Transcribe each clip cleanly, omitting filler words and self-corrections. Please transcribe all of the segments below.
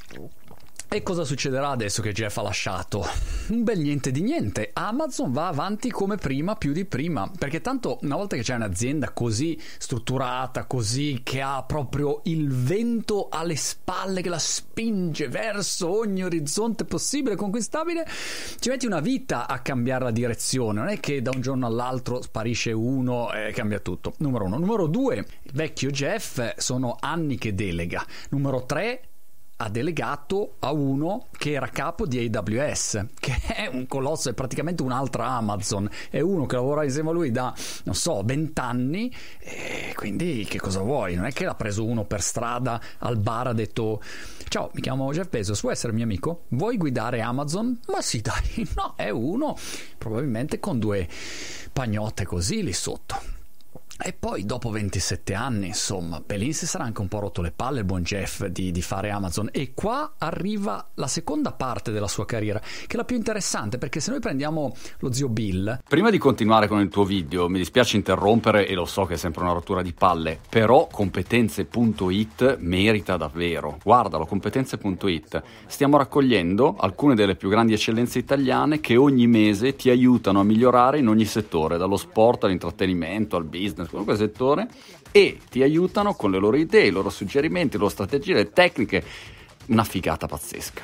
E cosa succederà adesso che Jeff ha lasciato? Un bel niente di niente. Amazon va avanti come prima, più di prima, perché tanto una volta che c'è un'azienda così strutturata, così, che ha proprio il vento alle spalle che la spinge verso ogni orizzonte possibile conquistabile, ci metti una vita a cambiare la direzione. Non è che da un giorno all'altro sparisce uno e cambia tutto. Numero uno. Numero due, il vecchio Jeff sono anni che delega. Numero tre, ha delegato a uno che era capo di AWS, che è un colosso, è praticamente un'altra Amazon, è uno che lavora insieme a lui da, non so, 20 anni, e quindi che cosa vuoi? Non è che l'ha preso uno per strada al bar, ha detto: ciao, mi chiamo Jeff Bezos, vuoi essere mio amico? Vuoi guidare Amazon? Ma sì, dai. No, è uno probabilmente con due pagnotte così lì sotto. E poi dopo 27 anni, insomma, lì si sarà anche un po' rotto le palle il buon Jeff di fare Amazon. E qua arriva la seconda parte della sua carriera, che è la più interessante, perché se noi prendiamo lo zio Bill... Prima di continuare con il tuo video, mi dispiace interrompere, e lo so che è sempre una rottura di palle, però competenze.it merita davvero. Guardalo, competenze.it. Stiamo raccogliendo alcune delle più grandi eccellenze italiane che ogni mese ti aiutano a migliorare in ogni settore, dallo sport all'intrattenimento, al business, qualunque settore, e ti aiutano con le loro idee, i loro suggerimenti, le loro strategie, le tecniche. Una figata pazzesca.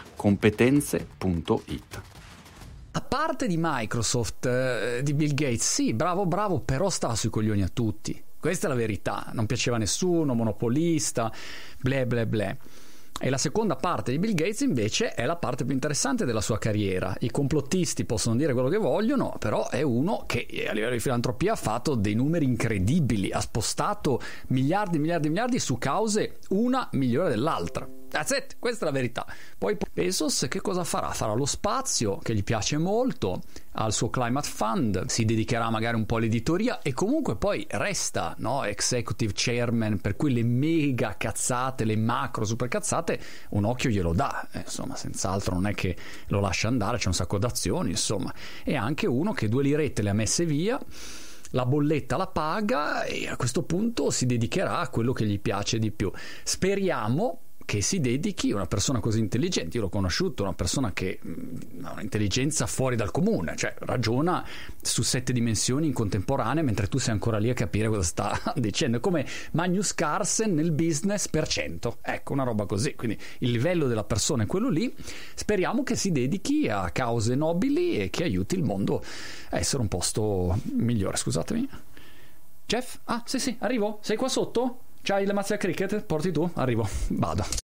Competenze.it. A parte di Microsoft, di Bill Gates, sì, bravo, però stava sui coglioni a tutti. Questa è la verità. Non piaceva a nessuno, monopolista, ble ble ble. E la seconda parte di Bill Gates invece è la parte più interessante della sua carriera. I complottisti possono dire quello che vogliono, però è uno che a livello di filantropia ha fatto dei numeri incredibili, ha spostato miliardi su cause una migliore dell'altra. That's it, questa è la verità. Poi Bezos che cosa farà? Farà lo spazio, che gli piace molto, ha il suo Climate Fund, si dedicherà magari un po' all'editoria e comunque poi resta, no, executive chairman, per cui le mega cazzate, le macro super cazzate, un occhio glielo dà, insomma, senz'altro non è che lo lascia andare, c'è un sacco d'azioni, insomma. È anche uno che 2 lirette le ha messe via, la bolletta la paga e a questo punto si dedicherà a quello che gli piace di più. Speriamo che si dedichi una persona così intelligente. Io l'ho conosciuto, una persona che ha un'intelligenza fuori dal comune, cioè ragiona su 7 dimensioni in contemporanea mentre tu sei ancora lì a capire cosa sta dicendo. È come Magnus Carlsen nel business per 100, ecco, una roba così. Quindi il livello della persona è quello lì. Speriamo che si dedichi a cause nobili e che aiuti il mondo a essere un posto migliore. Scusatemi, Jeff? Ah, sì, arrivo. Sei qua sotto? C'hai le mazze a cricket? Porti tu? Arrivo, vado.